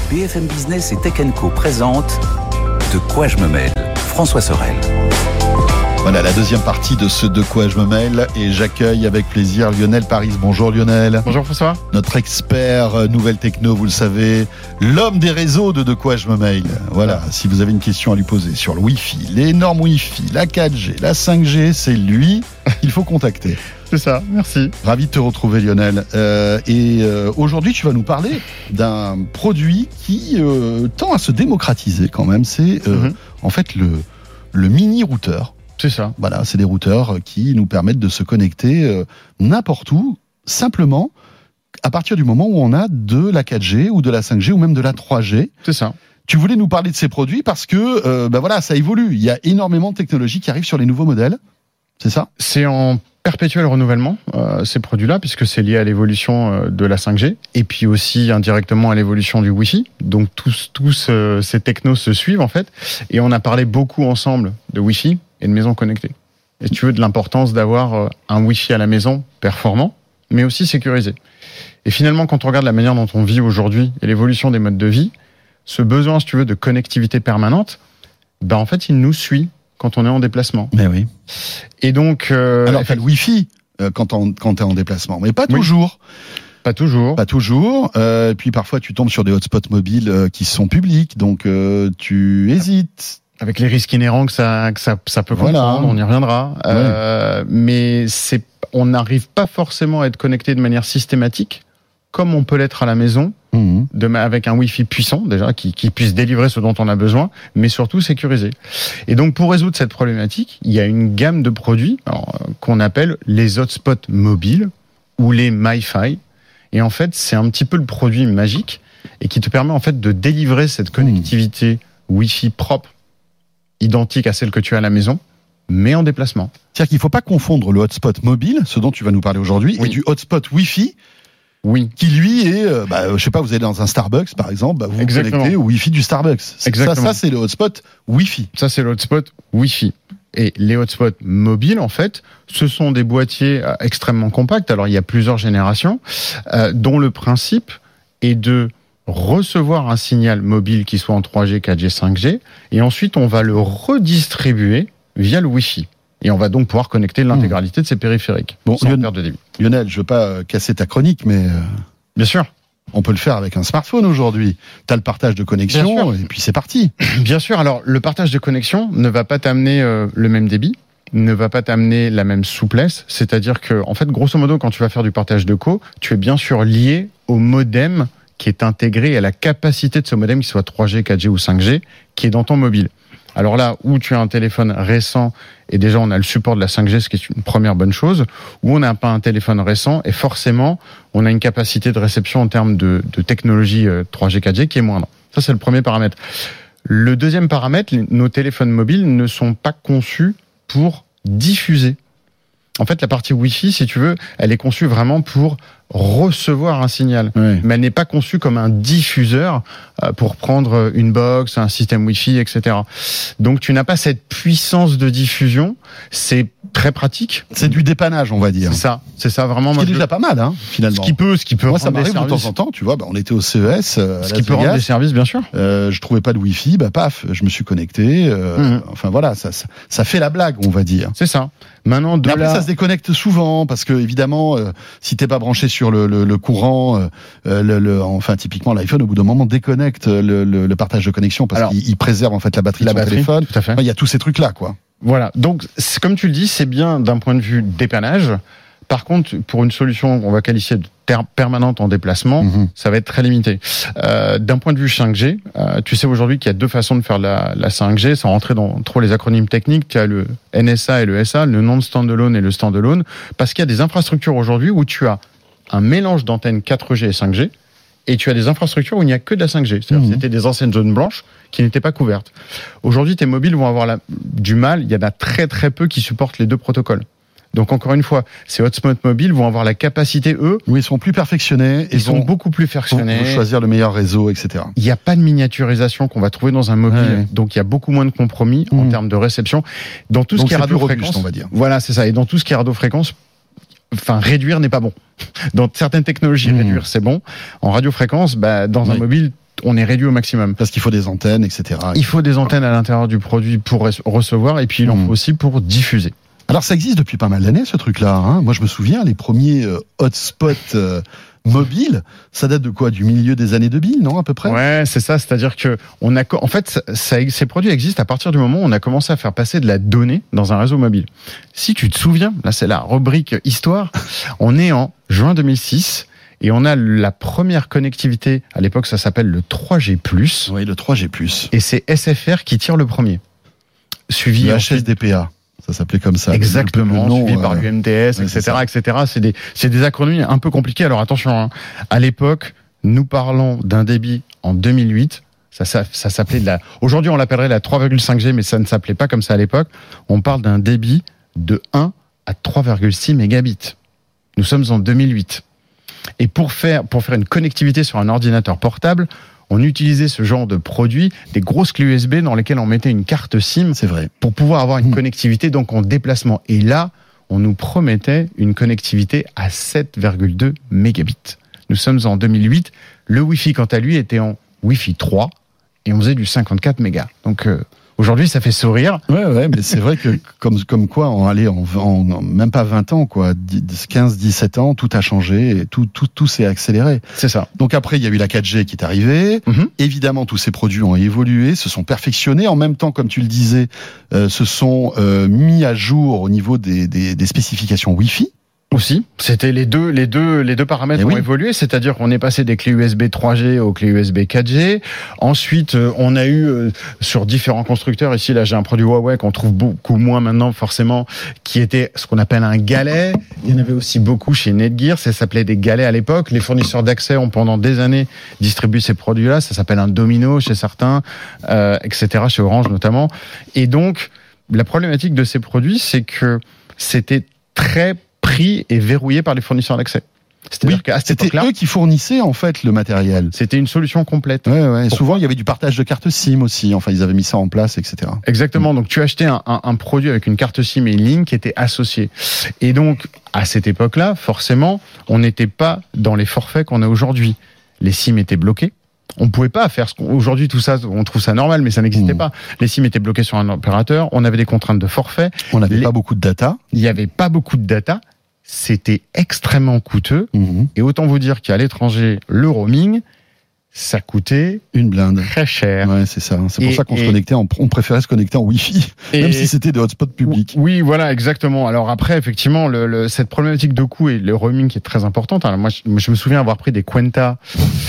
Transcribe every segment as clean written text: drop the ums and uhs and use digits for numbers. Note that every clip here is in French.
BFM Business et Tech & Co présente De quoi je me mêle, François Sorel. Voilà la deuxième partie de ce De quoi je me mêle et j'accueille avec plaisir Lionel Paris. Bonjour Lionel. Bonjour François. Notre expert nouvelle techno, vous le savez, l'homme des réseaux de quoi je me mêle. Voilà, si vous avez une question à lui poser sur le Wi-Fi, les normes Wi-Fi, la 4G, la 5G, c'est lui qu'il faut contacter. C'est ça, merci. Ravi de te retrouver Lionel. Aujourd'hui tu vas nous parler d'un produit qui tend à se démocratiser quand même. C'est en fait le mini routeur. C'est ça. Voilà, c'est des routeurs qui nous permettent de se connecter n'importe où, simplement, à partir du moment où on a de la 4G ou de la 5G ou même de la 3G. C'est ça. Tu voulais nous parler de ces produits parce que voilà, ça évolue. Il y a énormément de technologies qui arrivent sur les nouveaux modèles. C'est ça ? C'est en perpétuel renouvellement, ces produits-là, puisque c'est lié à l'évolution de la 5G et puis aussi indirectement à l'évolution du Wi-Fi. Donc tous ces technos se suivent en fait. Et on a parlé beaucoup ensemble de Wi-Fi et de maisons connectées. Et tu veux de l'importance d'avoir un Wi-Fi à la maison performant, mais aussi sécurisé. Et finalement, quand on regarde la manière dont on vit aujourd'hui et l'évolution des modes de vie, ce besoin, si tu veux, de connectivité permanente, en fait, il nous suit quand on est en déplacement. Mais oui. Et donc... Alors, le Wi-Fi, quand t'es en déplacement, mais pas toujours. Pas toujours. Pas toujours. Et puis parfois, tu tombes sur des hotspots mobiles qui sont publics, donc tu hésites. Avec les risques inhérents que ça peut comprendre, on y reviendra. Mais on n'arrive pas forcément à être connecté de manière systématique, comme on peut l'être à la maison, avec un Wi-Fi puissant, déjà, qui puisse délivrer ce dont on a besoin, mais surtout sécurisé. Et donc, pour résoudre cette problématique, il y a une gamme de produits qu'on appelle les hotspots mobiles ou les MiFi. Et en fait, c'est un petit peu le produit magique et qui te permet en fait de délivrer cette connectivité Wi-Fi propre, identique à celle que tu as à la maison, mais en déplacement. C'est-à-dire qu'il ne faut pas confondre le hotspot mobile, ce dont tu vas nous parler aujourd'hui, et du hotspot Wi-Fi, qui lui est, je sais pas, vous allez dans un Starbucks par exemple, vous vous connectez au Wi-Fi du Starbucks. Ça c'est le hotspot Wi-Fi. Ça c'est le hotspot Wi-Fi. Et les hotspots mobiles, en fait, ce sont des boîtiers extrêmement compacts. Alors il y a plusieurs générations, dont le principe est de recevoir un signal mobile qui soit en 3G, 4G, 5G, et ensuite on va le redistribuer via le Wi-Fi. Et on va donc pouvoir connecter l'intégralité de ces périphériques, sans perte de débit. Lionel, je veux pas casser ta chronique, mais... Bien sûr. On peut le faire avec un smartphone aujourd'hui. Tu as le partage de connexion, et puis c'est parti. Bien sûr, alors le partage de connexion ne va pas t'amener le même débit, ne va pas t'amener la même souplesse, c'est-à-dire que, en fait, grosso modo, quand tu vas faire du partage de co, tu es bien sûr lié au modem qui est intégré à la capacité de ce modem, qui soit 3G, 4G ou 5G, qui est dans ton mobile. Alors là, où tu as un téléphone récent, et déjà on a le support de la 5G, ce qui est une première bonne chose, où on n'a pas un téléphone récent, et forcément, on a une capacité de réception en termes de technologie 3G, 4G qui est moindre. Ça, c'est le premier paramètre. Le deuxième paramètre, nos téléphones mobiles ne sont pas conçus pour diffuser. En fait, la partie Wi-Fi, si tu veux, elle est conçue vraiment pour recevoir un signal. Mais elle n'est pas conçue comme un diffuseur pour prendre une box, un système Wi-Fi, etc. Donc, tu n'as pas cette puissance de diffusion. C'est très pratique. C'est du dépannage, on va dire. C'est ça vraiment. Ce qui est déjà pas mal, finalement. Ce qui peut moi, ça m'arrive de temps en temps, tu vois, on était au CES. Ce qui peut rendre des services, bien sûr. Je trouvais pas de Wi-Fi, paf, je me suis connecté. Enfin, voilà, ça fait la blague, on va dire. C'est ça. Maintenant, mais après, ça se déconnecte souvent, parce que, évidemment, si t'es pas branché sur le courant, enfin, typiquement, l'iPhone, au bout d'un moment, déconnecte le partage de connexion, parce qu'il préserve, en fait, la batterie de son téléphone. Tout à fait. Il y a tous ces trucs-là, quoi. Voilà. Donc, comme tu le dis, c'est bien d'un point de vue dépannage. Par contre, pour une solution qu'on va qualifier de permanente en déplacement, ça va être très limité. D'un point de vue 5G, tu sais aujourd'hui qu'il y a deux façons de faire la 5G, sans rentrer dans trop les acronymes techniques. Tu as le NSA et le SA, le non-standalone et le standalone, parce qu'il y a des infrastructures aujourd'hui où tu as un mélange d'antennes 4G et 5G, et tu as des infrastructures où il n'y a que de la 5G. C'est-à-dire que c'était des anciennes zones blanches qui n'étaient pas couvertes. Aujourd'hui, tes mobiles vont avoir du mal. Il y en a très très peu qui supportent les deux protocoles. Donc encore une fois, ces hotspots mobiles vont avoir la capacité, eux... Oui, ils sont plus perfectionnés. Ils sont beaucoup plus perfectionnés. Pour choisir le meilleur réseau, etc. Il n'y a pas de miniaturisation qu'on va trouver dans un mobile. Donc il y a beaucoup moins de compromis en termes de réception. Dans tout ce qui est radiofréquence, on va dire. Voilà, c'est ça. Et dans tout ce qui est radiofréquence, réduire n'est pas bon. Dans certaines technologies, réduire c'est bon. En radiofréquence, dans un mobile, on est réduit au maximum. Parce qu'il faut des antennes, etc. Il faut des antennes à l'intérieur du produit pour recevoir, et puis il en faut aussi pour diffuser. Alors ça existe depuis pas mal d'années, ce truc-là. Hein. Moi, je me souviens, les premiers hotspots mobiles, ça date de quoi? Du milieu des années 2000, non, à peu près? Ouais, c'est ça. C'est-à-dire que en fait, ces produits existent à partir du moment où on a commencé à faire passer de la donnée dans un réseau mobile. Si tu te souviens, là, c'est la rubrique histoire. On est en juin 2006. Et on a la première connectivité, à l'époque ça s'appelle le 3G+. Oui, le 3G+. Et c'est SFR qui tire le premier. Suivi le HSDPA. Ça s'appelait comme ça. Exactement, suivi par l'UMTS, etc., etc. C'est des acronymes un peu compliqués. Alors attention, hein. À l'époque, nous parlons d'un débit en 2008. Ça s'appelait aujourd'hui on l'appellerait la 3,5G, mais ça ne s'appelait pas comme ça à l'époque. On parle d'un débit de 1 à 3,6 mégabits. Nous sommes en 2008. Et pour faire une connectivité sur un ordinateur portable, on utilisait ce genre de produit, des grosses clés USB dans lesquelles on mettait une carte SIM. C'est vrai. Pour pouvoir avoir une connectivité donc en déplacement. Et là, on nous promettait une connectivité à 7,2 mégabits. Nous sommes en 2008. Le Wi-Fi, quant à lui, était en Wi-Fi 3 et on faisait du 54 mégas. Donc aujourd'hui, ça fait sourire. Ouais, mais c'est vrai que comme quoi, en même pas 20 ans, quoi, 15, 17 ans, tout a changé, et tout s'est accéléré. C'est ça. Donc après, il y a eu la 4G qui est arrivée. Évidemment, tous ces produits ont évolué, se sont perfectionnés. En même temps, comme tu le disais, se sont mis à jour au niveau des spécifications Wi-Fi. Aussi, c'était les deux paramètres ont évolué, c'est-à-dire qu'on est passé des clés USB 3G aux clés USB 4G. Ensuite, on a eu sur différents constructeurs, ici là j'ai un produit Huawei qu'on trouve beaucoup moins maintenant forcément, qui était ce qu'on appelle un galet. Il y en avait aussi beaucoup chez Netgear, ça s'appelait des galets à l'époque. Les fournisseurs d'accès ont pendant des années distribué ces produits-là, ça s'appelle un domino chez certains, etc., chez Orange notamment. Et donc, la problématique de ces produits, c'est que c'était très pris et verrouillé par les fournisseurs d'accès. C'est-à-dire qu'à cette époque-là, c'était eux qui fournissaient en fait le matériel. C'était une solution complète. Ouais. Souvent, il y avait du partage de cartes SIM aussi. Enfin, ils avaient mis ça en place, etc. Exactement. Donc, tu achetais un produit avec une carte SIM et une ligne qui était associée. Et donc, à cette époque-là, forcément, on n'était pas dans les forfaits qu'on a aujourd'hui. Les SIM étaient bloqués. On pouvait pas faire aujourd'hui, tout ça, on trouve ça normal, mais ça n'existait pas. Les SIM étaient bloqués sur un opérateur. On avait des contraintes de forfait. On n'avait pas beaucoup de data. Il n'y avait pas beaucoup de data. C'était extrêmement coûteux. Et autant vous dire qu'à l'étranger, le roaming, ça coûtait une blinde. Très cher. Ouais, c'est ça. C'est pour ça qu'on se connectait, on préférait se connecter en Wi-Fi, même si c'était des hotspots publics. Oui, voilà, exactement. Alors après, effectivement, cette problématique de coût et le roaming qui est très importante. Alors moi, je me souviens avoir pris des Quenta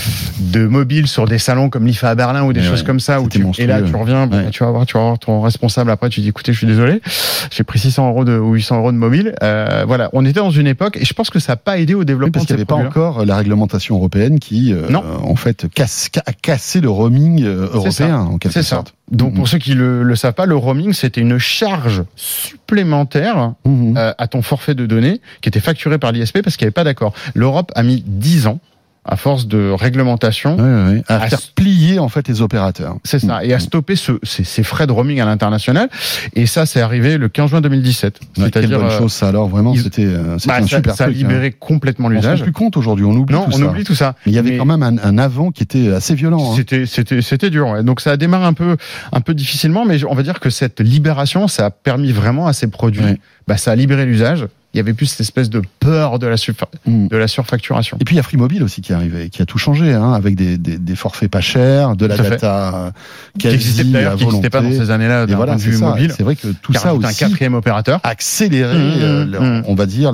de mobile sur des salons comme l'IFA à Berlin ou des choses comme ça, et là tu reviens, tu vas voir ton responsable après, tu dis écoutez, je suis désolé, j'ai pris 600 € ou 800 € de mobile. Voilà, on était dans une époque, et je pense que ça n'a pas aidé au développement. Parce qu'il n'y avait pas encore la réglementation européenne qui, en fait, a cassé le roaming européen, en quelque sorte. Donc pour ceux qui le savent pas, le roaming c'était une charge supplémentaire à ton forfait de données qui était facturé par l'ISP parce qu'il n'y avait pas d'accord. L'Europe a mis 10 ans à force de réglementation, à faire plier en fait les opérateurs. C'est ça, et à stopper ces frais de roaming à l'international. Et ça, c'est arrivé le 15 juin 2017. C'est-à-dire quelle bonne chose ça. Alors vraiment, c'était un super truc. Ça a libéré complètement l'usage. On ne se rend plus compte aujourd'hui. On oublie tout ça. Mais il y avait quand même un avant qui était assez violent. C'était dur. Ouais. Donc ça a démarré un peu difficilement, mais on va dire que cette libération, ça a permis vraiment à ces produits. Ça a libéré l'usage. Il y avait plus cette espèce de peur de la surfacturation. Et puis il y a Free Mobile aussi qui est arrivé, qui a tout changé, avec des forfaits pas chers, de la data qui n'existait pas dans ces années-là d'un point de vue mobile. C'est vrai que tout ça aussi, un quatrième opérateur, accéléré, on va dire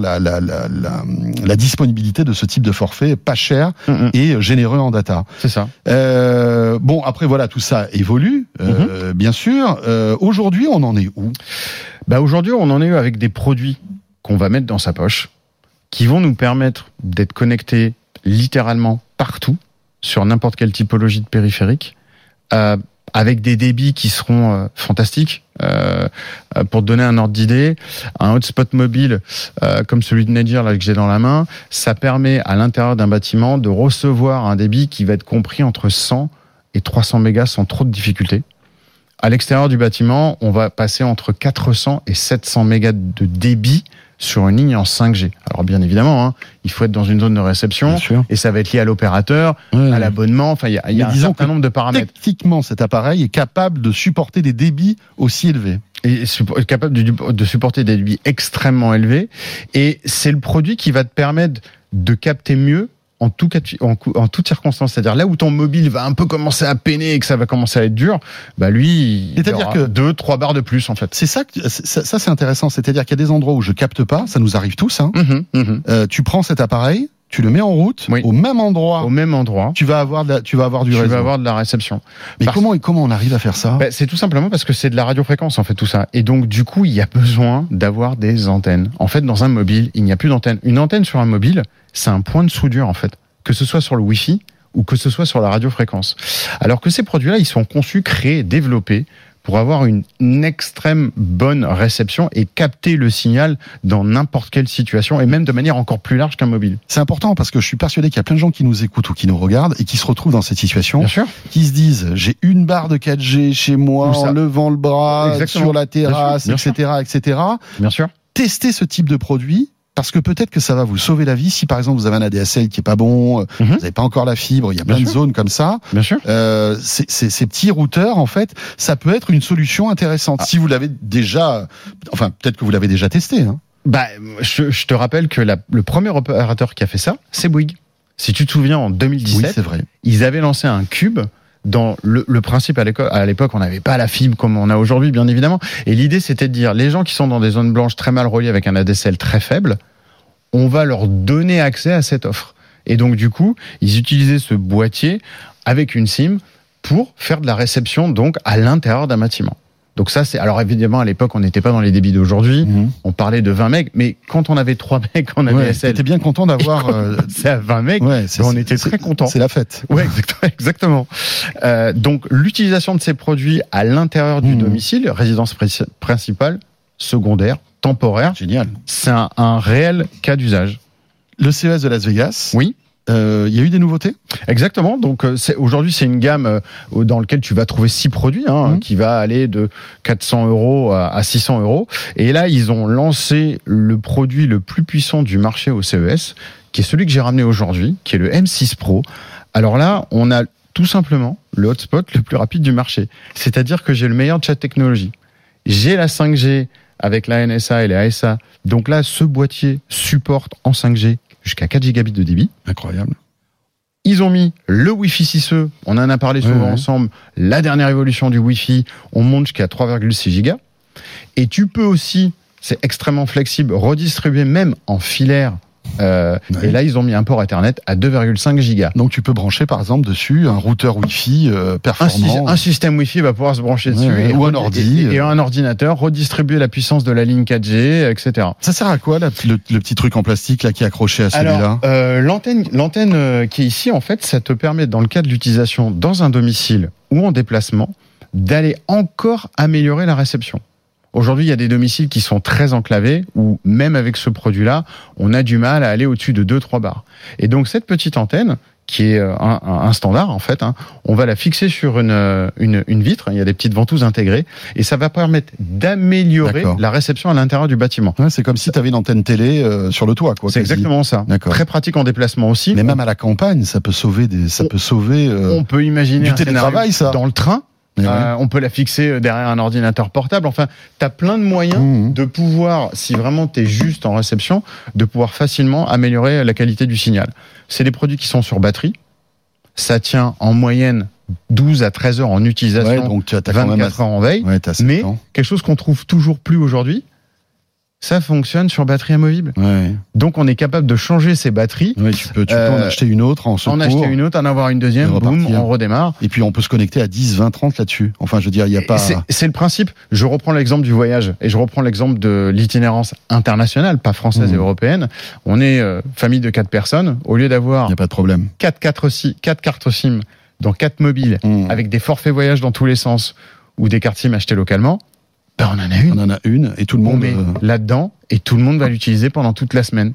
la disponibilité de ce type de forfait pas cher et généreux en data. C'est ça. Bon, après voilà, tout ça évolue, bien sûr. Aujourd'hui, on en est où ? Aujourd'hui, on en est avec des produits qu'on va mettre dans sa poche, qui vont nous permettre d'être connectés littéralement partout, sur n'importe quelle typologie de périphérique, avec des débits qui seront fantastiques. Pour te donner un ordre d'idée, un hotspot mobile comme celui de Netgear là, que j'ai dans la main, ça permet à l'intérieur d'un bâtiment de recevoir un débit qui va être compris entre 100 et 300 mégas sans trop de difficultés. À l'extérieur du bâtiment, on va passer entre 400 et 700 mégas de débit sur une ligne en 5G. Alors bien évidemment, il faut être dans une zone de réception et ça va être lié à l'opérateur, à l'abonnement. Enfin, il y a un certain nombre de paramètres. Techniquement, cet appareil est capable de supporter des débits aussi élevés. Et capable de supporter des débits extrêmement élevés. Et c'est le produit qui va te permettre de capter mieux en toute circonstance. C'est-à-dire là où ton mobile va un peu commencer à peiner et que ça va commencer à être dur, lui, il aura que 2-3 barres de plus en fait. C'est ça, ça c'est intéressant. C'est-à-dire qu'il y a des endroits où je capte pas, ça nous arrive tous. Tu prends cet appareil, tu le mets en route, au même endroit. Tu vas avoir du réseau. Tu vas avoir de la réception. Mais comment on arrive à faire ça? C'est tout simplement parce que c'est de la radiofréquence en fait tout ça. Et donc du coup, il y a besoin d'avoir des antennes. En fait, dans un mobile, il n'y a plus d'antenne. Une antenne sur un mobile, c'est un point de soudure en fait, que ce soit sur le Wi-Fi ou que ce soit sur la radiofréquence. Alors que ces produits-là, ils sont conçus, créés, développés pour avoir une extrême bonne réception et capter le signal dans n'importe quelle situation et même de manière encore plus large qu'un mobile. C'est important parce que je suis persuadé qu'il y a plein de gens qui nous écoutent ou qui nous regardent et qui se retrouvent dans cette situation. Bien sûr. Qui se disent, j'ai une barre de 4G chez moi en levant le bras sur la terrasse, etc. Bien sûr. Testez ce type de produit. Parce que peut-être que ça va vous sauver la vie si par exemple vous avez un ADSL qui est pas bon, vous n'avez pas encore la fibre, il y a plein de zones comme ça. Bien sûr. Ces petits routeurs en fait, ça peut être une solution intéressante si vous l'avez déjà, enfin peut-être que vous l'avez déjà testé. Je te rappelle que le premier opérateur qui a fait ça, c'est Bouygues. Si tu te souviens en 2017, c'est vrai. Ils avaient lancé un cube. Dans le principe, à l'époque, on n'avait pas la fibre comme on a aujourd'hui, bien évidemment. Et l'idée, c'était de dire, les gens qui sont dans des zones blanches très mal reliées avec un ADSL très faible, on va leur donner accès à cette offre. Et donc, du coup, ils utilisaient ce boîtier avec une SIM pour faire de la réception, donc, à l'intérieur d'un bâtiment. Donc ça, alors évidemment, à l'époque, on n'était pas dans les débits d'aujourd'hui. On parlait de 20 megs, mais quand on avait 3 megs en ADSL. T'étais bien content d'avoir, c'est à 20 megs. On était très content. C'est la fête. Ouais, exactement. Donc, l'utilisation de ces produits à l'intérieur du domicile, résidence principale, secondaire, temporaire. Génial. C'est un réel cas d'usage. Le CES de Las Vegas. Oui. Il y a eu des nouveautés ? Exactement. Donc aujourd'hui c'est une gamme dans laquelle tu vas trouver 6 produits, qui va aller de 400 € à 600 €. Et là ils ont lancé le produit le plus puissant du marché au CES, qui est celui que j'ai ramené aujourd'hui, qui est le M6 Pro. Alors là on a tout simplement le hotspot le plus rapide du marché. C'est-à-dire que j'ai le meilleur de chaque technologie. J'ai la 5G avec la NSA et les ASA. Donc là ce boîtier supporte en 5G jusqu'à 4 gigabits de débit. Incroyable. Ils ont mis le Wi-Fi 6E, on en a parlé souvent ensemble, la dernière évolution du Wi-Fi, on monte jusqu'à 3,6 gigas. Et tu peux aussi, c'est extrêmement flexible, redistribuer même en filaire. Et là, ils ont mis un port Ethernet à 2,5 gigas. Donc tu peux brancher par exemple dessus un routeur Wi-Fi performant. Un système Wi-Fi va pouvoir se brancher dessus. Ou un ordi. Et un ordinateur, redistribuer la puissance de la ligne 4G, etc. Ça sert à quoi le petit truc en plastique là qui est accroché à celui-là ? Alors, l'antenne qui est ici, en fait, ça te permet dans le cas de l'utilisation dans un domicile ou en déplacement, d'aller encore améliorer la réception. Aujourd'hui, il y a des domiciles qui sont très enclavés où même avec ce produit-là, on a du mal à aller au-dessus de 2-3 barres. Et donc cette petite antenne, qui est un standard en fait, on va la fixer sur une vitre, il y a des petites ventouses intégrées, et ça va permettre d'améliorer la réception à l'intérieur du bâtiment. Ouais, c'est comme si tu avais une antenne télé sur le toit, quoi. C'est exactement ça. Très pratique en déplacement aussi. Mais même à la campagne, ça peut sauver on peut imaginer du télétravail, ça. Dans le train. On peut la fixer derrière un ordinateur portable. Enfin, t'as plein de moyens de pouvoir, si vraiment t'es juste en réception, de pouvoir facilement améliorer la qualité du signal. C'est des produits qui sont sur batterie. Ça tient en moyenne 12 à 13 heures en utilisation, donc 24 heures en veille. Mais quelque chose qu'on trouve toujours plus aujourd'hui, ça fonctionne sur batterie amovible. Donc on est capable de changer ces batteries. Tu peux en acheter une autre en secours. En acheter une autre, en avoir une deuxième, boum, on redémarre. Et puis on peut se connecter à 10, 20, 30 là-dessus. Enfin, je veux dire, il n'y a pas... C'est le principe. Je reprends l'exemple du voyage et je reprends l'exemple de l'itinérance internationale, pas française et européenne. On est famille de 4 personnes. Au lieu d'avoir... Il n'y a pas de problème. 4 cartes SIM dans 4 mobiles avec des forfaits voyage dans tous les sens ou des cartes SIM achetées localement, on en a une et tout le monde met là-dedans et tout le monde va l'utiliser pendant toute la semaine.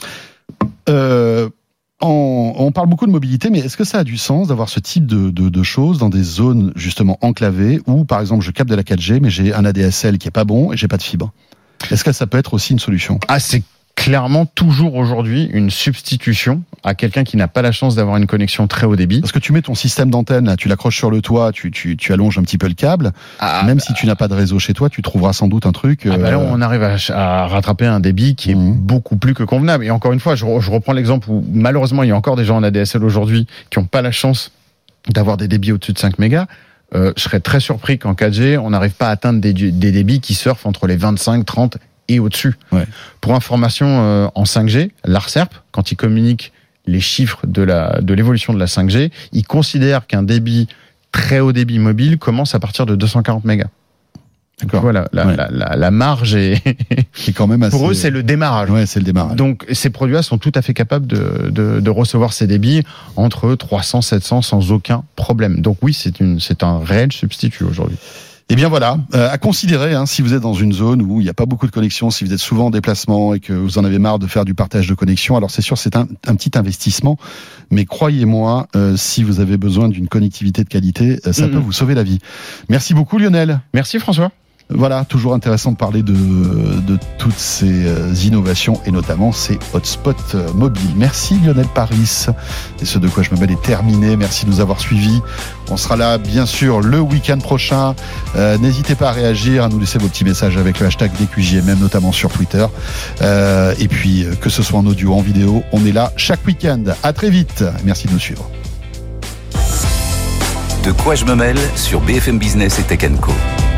On parle beaucoup de mobilité, mais est-ce que ça a du sens d'avoir ce type de choses dans des zones justement enclavées où, par exemple, je capte de la 4G, mais j'ai un ADSL qui est pas bon et j'ai pas de fibre ? Est-ce que ça peut être aussi une solution ? C'est clairement toujours aujourd'hui une substitution à quelqu'un qui n'a pas la chance d'avoir une connexion très haut débit. Parce que tu mets ton système d'antenne, là, tu l'accroches sur le toit, tu allonges un petit peu le câble. Même si tu n'as pas de réseau chez toi, tu trouveras sans doute un truc. Là, on arrive à rattraper un débit qui est beaucoup plus que convenable. Et encore une fois, je reprends l'exemple où malheureusement il y a encore des gens en ADSL aujourd'hui qui n'ont pas la chance d'avoir des débits au-dessus de 5 mégas. Je serais très surpris qu'en 4G, on n'arrive pas à atteindre des débits qui surfent entre les 25, 30 et au-dessus. Ouais. Pour information, en 5G, l'ARCERP, quand il communique les chiffres de l'évolution de la 5G, il considère qu'un débit très haut débit mobile commence à partir de 240 mégas. D'accord. Voilà, la marge est quand même assez... Pour eux, c'est le démarrage. Ouais, c'est le démarrage. Donc, ces produits-là sont tout à fait capables de recevoir ces débits entre 300, 700 sans aucun problème. Donc oui, c'est un réel substitut aujourd'hui. Eh bien voilà, à considérer si vous êtes dans une zone où il n'y a pas beaucoup de connexions, si vous êtes souvent en déplacement et que vous en avez marre de faire du partage de connexion, alors c'est sûr c'est un petit investissement, mais croyez-moi, si vous avez besoin d'une connectivité de qualité, ça peut vous sauver la vie. Merci beaucoup Lionel. Merci François. Voilà, toujours intéressant de parler de toutes ces innovations et notamment ces hotspots mobiles. Merci Lionel Paris. Et ce De quoi je me mêle est terminé. Merci de nous avoir suivis. On sera là bien sûr le week-end prochain. N'hésitez pas à réagir, à nous laisser vos petits messages avec le hashtag DQJMM, notamment sur Twitter. Et puis que ce soit en audio ou en vidéo, on est là chaque week-end. À très vite. Merci de nous suivre. De quoi je me mêle sur BFM Business et Tech & Co.